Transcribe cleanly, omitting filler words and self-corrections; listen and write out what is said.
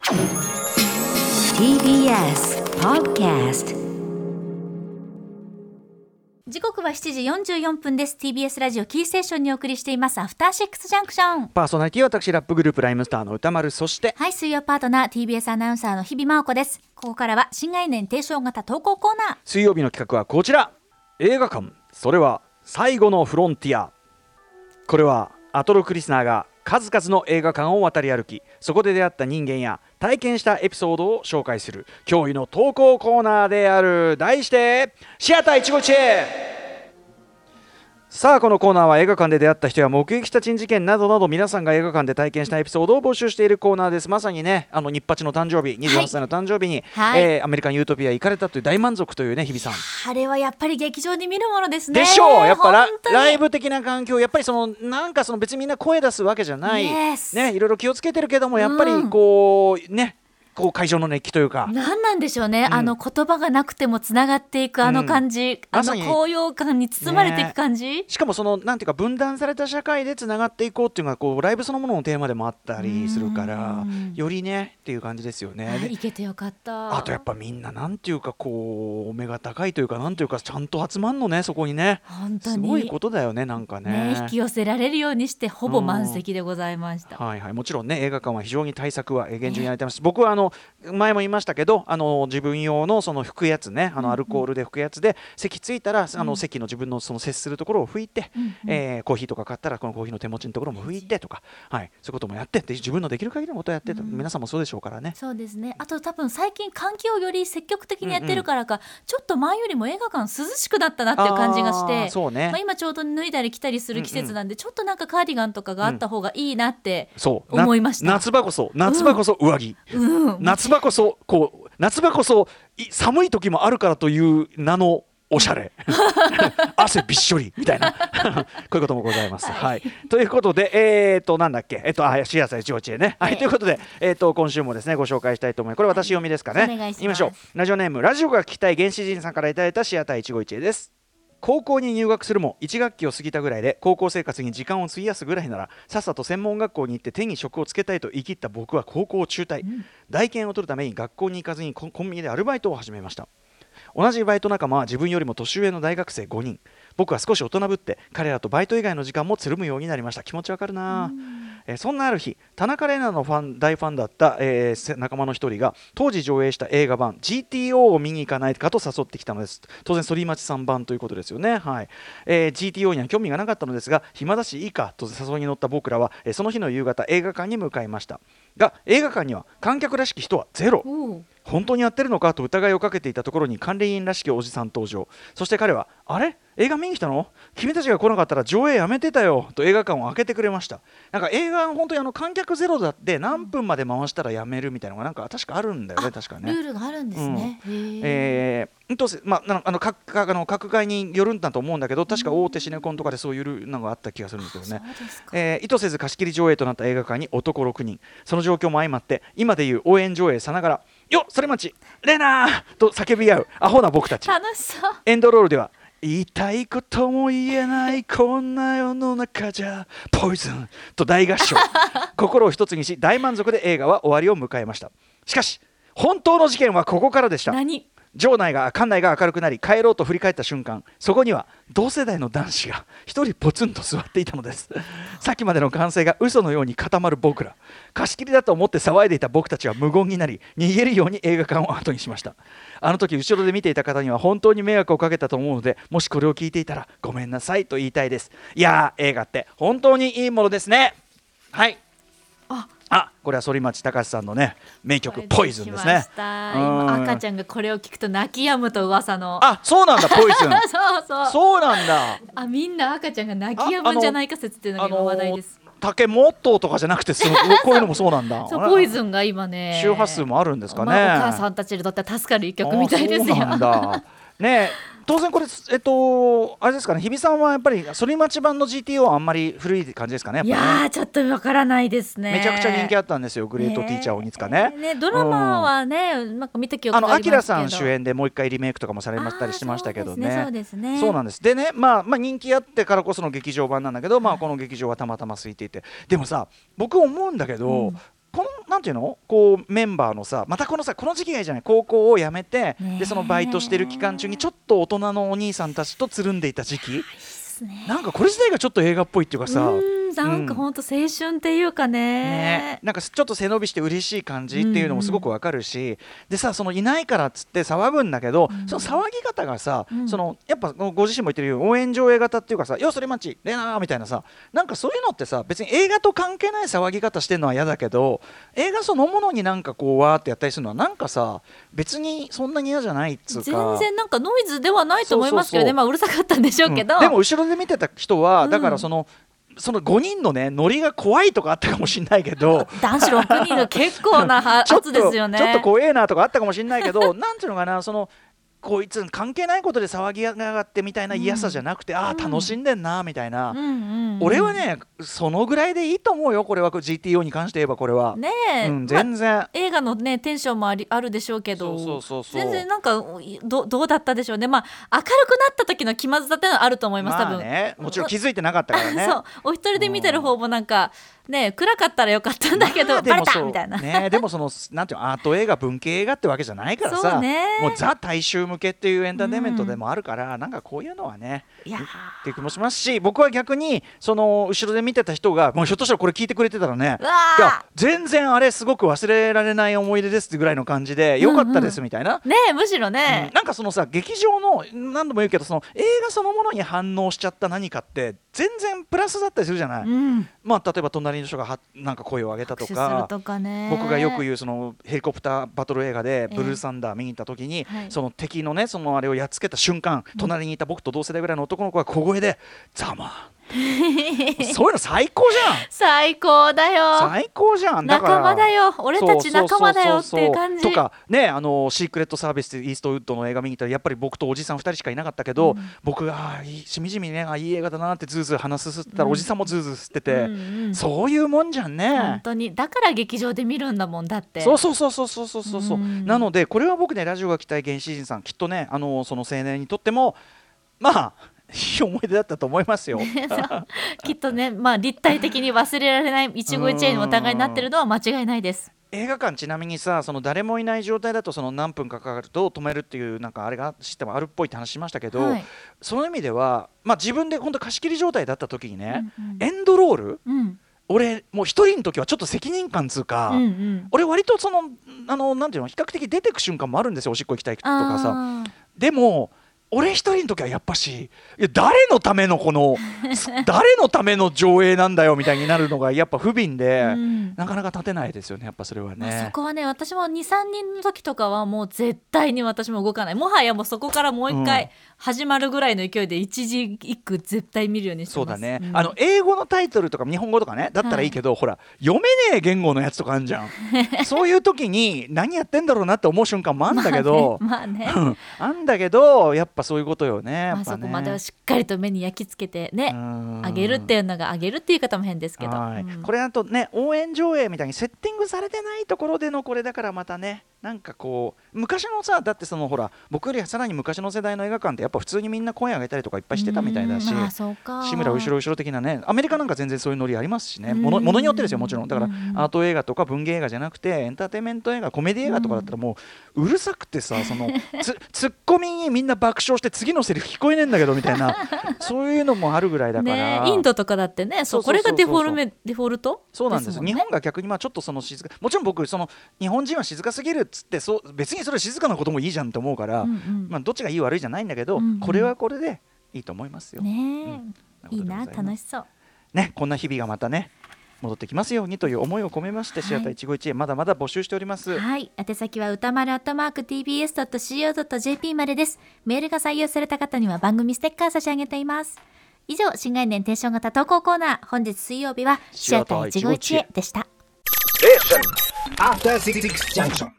TBS Podcast。 時刻は7時44分です。 TBS ラジオキーステーションにお送りしていますアフターシックスジャンクション。 パーソナリティは私ラップグループライムスターの歌丸、そしてはい、水曜パートナー TBS アナウンサーの日々真央子です。ここからは新概念提唱型投稿コーナー。 水曜日の企画はこちら、映画館、それは最後のフロンティア。これはアトロクリスナーが数々の映画館を渡り歩き、そこで出会った人間や体験したエピソードを紹介する驚異の投稿コーナーである。題してシアター一期一会。さあ、このコーナーは映画館で出会った人や目撃した珍事件などなど、皆さんが映画館で体験したエピソードを募集しているコーナーです。まさにね、日八の誕生日、28歳の誕生日に、アメリカンユートピア行かれたという大満足というね、日比さん。 あれはやっぱり劇場で見るものですね。 でしょう。やっぱライブ的な環境、やっぱりなんか別にみんな声出すわけじゃない、ね、いろいろ気をつけてるけども、やっぱりこうね、こう会場の熱気というか、 何なんでしょうね、言葉がなくてもつながっていく感じ、高揚感に包まれていく感じ、 ね、しかもなんていうか分断された社会でつながっていこうっていうのがライブそのもののテーマでもあったりするから、よりねっていう感じですよね。 いけてよかった。 あとやっぱみんななんていうかお目が高いというか、なんていうかちゃんと集まんのね、そこにね。 本当にすごいことだよね、なんか ね引き寄せられるようにしてほぼ満席でございました。 はいはい、もちろんね、映画館は非常に対策は厳重にやられてます。僕は前も言いましたけど、自分用の拭くやつね、アルコールで拭くやつで、席ついたら席の自分の接するところを拭いて、コーヒーとか買ったらこのコーヒーの手持ちのところも拭いてとか、はい、そういうこともやってって自分のできる限りのことをやってと、皆さんもそうでしょうからね。 そうですね。あと多分最近換気をより積極的にやってるからか、ちょっと前よりも映画館涼しくなったなっていう感じがして、 そうね、 今ちょうど脱いだり着たりする季節なんで、ちょっとなんかカーディガンとかがあった方がいいなって思いました。 夏場こそ上着、夏場こそ寒い時もあるからという名のおしゃれ汗びっしょりみたいなこういうこともございます、はい、ということでなんだっけシアター一期一会ね、はい、ということで今週もですねご紹介したいと思います。これ私読みですかね。 お願いします。 言いましょう。ラジオネームラジオが聞きたい原始人さんからいただいたシアター一期一会です。高校に入学するも1学期を過ぎたぐらいで、高校生活に時間を費やすぐらいならさっさと専門学校に行って手に職をつけたいと言い切った僕は高校を中退、代券を取るために学校に行かずにコンビニでアルバイトを始めました。同じバイト仲間は自分よりも年上の大学生5人。僕は少し大人ぶって彼らとバイト以外の時間もつるむようになりました。気持ちわかるな。そんなある日、田中玲奈の大ファンだった、仲間の一人が当時上映した映画版 GTO を見に行かないかと誘ってきたのです。当然反町さん版ということですよね、はい。GTO には興味がなかったのですが、暇だしいいかと誘いに乗った僕らは、その日の夕方映画館に向かいましたが、映画館には観客らしき人はゼロ。本当にやってるのかと疑いをかけていたところに管理員らしきおじさん登場。そして彼は、あれ映画見に来たの？君たちが来なかったら上映やめてたよと映画館を開けてくれました。なんか映画本当に観客ゼロだって何分まで回したらやめるみたいなのがなんか確かあるんだよね。確かね、 ルールがあるんですね。 各界によるんだと思うんだけど、確か大手シネコンとかでそういうのがあった気がするんですけどね。意図せず貸し切り上映となった映画館に男6人。その状況も相まって今でいう応援上映さながら、よっそれ待ちレナーと叫び合うアホな僕たち。 楽しそう。 エンドロールでは、言いたいことも言えないこんな世の中じゃポイズンと大合唱心を一つにし大満足で映画は終わりを迎えました。しかし本当の事件はここからでした。館内が明るくなり帰ろうと振り返った瞬間、そこには同世代の男子が一人ポツンと座っていたのです。さっきまでの歓声が嘘のように固まる僕ら。貸し切りだと思って騒いでいた僕たちは無言になり、逃げるように映画館を後にしました。あの時後ろで見ていた方には本当に迷惑をかけたと思うので、もしこれを聞いていたらごめんなさいと言いたいです。いやー、映画って本当にいいものですね。はい。これは反町隆史さんのね名曲ポイズンですね。 今赤ちゃんがこれを聞くと泣き止むと噂の。 そうなんだ、ポイズンそうなんだ。 みんな赤ちゃんが泣き止むんじゃないか説っていうのが今話題です。 竹モットーとかじゃなくてこういうのもそうなんだそう、ポイズンが今ね周波数もあるんですかね。 お母さんたちにとっては助かる一曲みたいですよ。 そうなんだね。当然これあれですかね、日比さんはやっぱり反町版の GTO はあんまり古い感じですかね。やっぱね、 いやちょっとわからないですね。 めちゃくちゃ人気あったんですよ、グレートティーチャー鬼塚ね。 ドラマはね、なんか見た記憶がありますけど、 アキラさん主演でもう一回リメイクとかもされましたりしましたけどね。 そうですね。 そうなんです。でね、まあ人気あってからこその劇場版なんだけど、この劇場はたまたま空いていて、でもさ僕思うんだけど、 このなんていうのこうメンバーのさまたこの時期がいいじゃない高校を辞めてでそのバイトしてる期間中にちょっと大人のお兄さんたちとつるんでいた時期なんかこれ自体がちょっと映画っぽいっていうかさなんか本当青春っていうかねなんかちょっと背伸びして嬉しい感じっていうのもすごくわかるし、でさそのいないからっつって騒ぐんだけど、その騒ぎ方がさ、そのやっぱご自身も言ってるように応援上映型っていうかさよそれマッチレナーみたいなさなんかそういうのってさ別に映画と関係ない騒ぎ方してるのは嫌だけど映画そのものになんかこうわーってやったりするのはなんかさ別にそんなに嫌じゃないっつうか全然なんかノイズではないと思いますけどね。まあうるさかったんでしょうけど、 でも後ろで見てた人はだからその5人のねノリが怖いとかあったかもしれないけど男子6人の結構な圧ですよねちょっと怖えなとかあったかもしれないけどなんていうのかなこいつ関係ないことで騒ぎやがってみたいな嫌さじゃなくて、楽しんでんなみたいな、俺はねそのぐらいでいいと思うよこれは GTO に関して言えばこれはねえ、 全然、 映画のねテンションもあるでしょうけど全然なんかどうだったでしょうね。まあ明るくなった時の気まずさってのはあると思います、多分ねもちろん気づいてなかったからねそうお一人で見てる方もなんかね暗かったらよかったんだけど、バレたみたいなねでもなんていうのアート映画文系映画ってわけじゃないからさ、もうザ大衆向けっていうエンターテインメントでもあるから、なんかこういうのはねっていう気もしますし、僕は逆にその後ろで見てた人がもうひょっとしたらこれ聞いてくれてたらねいや全然あれすごく忘れられない思い出ですってぐらいの感じでよかったですみたいな、 ねむしろね、 なんかそのさ劇場の何度も言うけどその映画そのものに反応しちゃった何かって全然プラスだったりするじゃない、まあ例えば隣の人がなんか声を上げたとか僕がよく言うそのヘリコプターバトル映画でブルーサンダー見に行った時に、その敵のねそのあれをやっつけた瞬間、隣にいた僕と同世代ぐらいの男の子が小声でざまそういうの最高じゃん最高だよ最高じゃんだから仲間だよ俺たち仲間だよっていう感じとかねシークレットサービスイーストウッドの映画見に行ったらやっぱり僕とおじさん2人しかいなかったけど、僕がしみじみねいい映画だなってズーズー話すすったら、おじさんもズーズー吸ってて、そういうもんじゃんね本当に。だから劇場で見るんだもんだって。 そうなのでこれは僕ねラジオが期待原始人さんきっとねその青年にとってもまあいい思い出だったと思いますよきっとね、まあ、立体的に忘れられない一期一会にお互いになってるのは間違いないです。 映画館ちなみにさその誰もいない状態だとその何分かかると止めるっていうなんかあれがシステムあるっぽいって話しましたけど、その意味では、まあ、自分で本当貸し切り状態だった時にね、エンドロール、俺もう一人の時はちょっと責任感つうか、俺割とそのなんていうの比較的出てく瞬間もあるんですよおしっこ行きたいとかさ。でも俺一人の時はやっぱしいや誰のための誰のための上映なんだよみたいになるのがやっぱ不憫で、なかなか立てないですよねやっぱそれはね。 そこはね私も 2,3 人の時とかはもう絶対に私も動かない。もはやもうそこからもう一回始まるぐらいの勢いで一字一句絶対見るようにしてます。 そうだね、英語のタイトルとか日本語とかねだったらいいけど、ほら読めねえ言語のやつとかあるじゃんそういう時に何やってんだろうなって思う瞬間もあるんだけどあんだけどやっぱそういうことよね。 そこまではしっかりと目に焼き付けてねあげるっていうのがあげるっていう方も変ですけど、 これあとね応援上映みたいにセッティングされてないところでのこれだからまたねなんかこう昔のさだってそのほら僕よりさらに昔の世代の映画館ってやっぱ普通にみんな声上げたりとかいっぱいしてたみたいだし、志村後ろ的なねアメリカなんか全然そういうノリありますしね、ものによってですよもちろん。だからアート映画とか文芸映画じゃなくてエンターテインメント映画コメディ映画とかだったらもううるさくてさそのツッコミにみんな爆笑して次のセリフ聞こえねえんだけどみたいなそういうのもあるぐらいだから、 インドとかだってねこれがデフォルトそうなんですよ、日本が逆にまあちょっとその静かもちろん僕その日本人は静かすぎるっつって別にそれ静かなこともいいじゃんって思うから、まあどっちがいい悪いじゃないんだけど、これはこれでいいと思いますよね。いいな楽しそうね。こんな日々がまたね戻ってきますようにという思いを込めまして、シアター一期一会まだまだ募集しております。 はい、宛先は歌丸@tbs.co.jp までです。メールが採用された方には番組ステッカー差し上げています。以上新概念テンション型投稿コーナー、本日水曜日はシアター一期一会でした。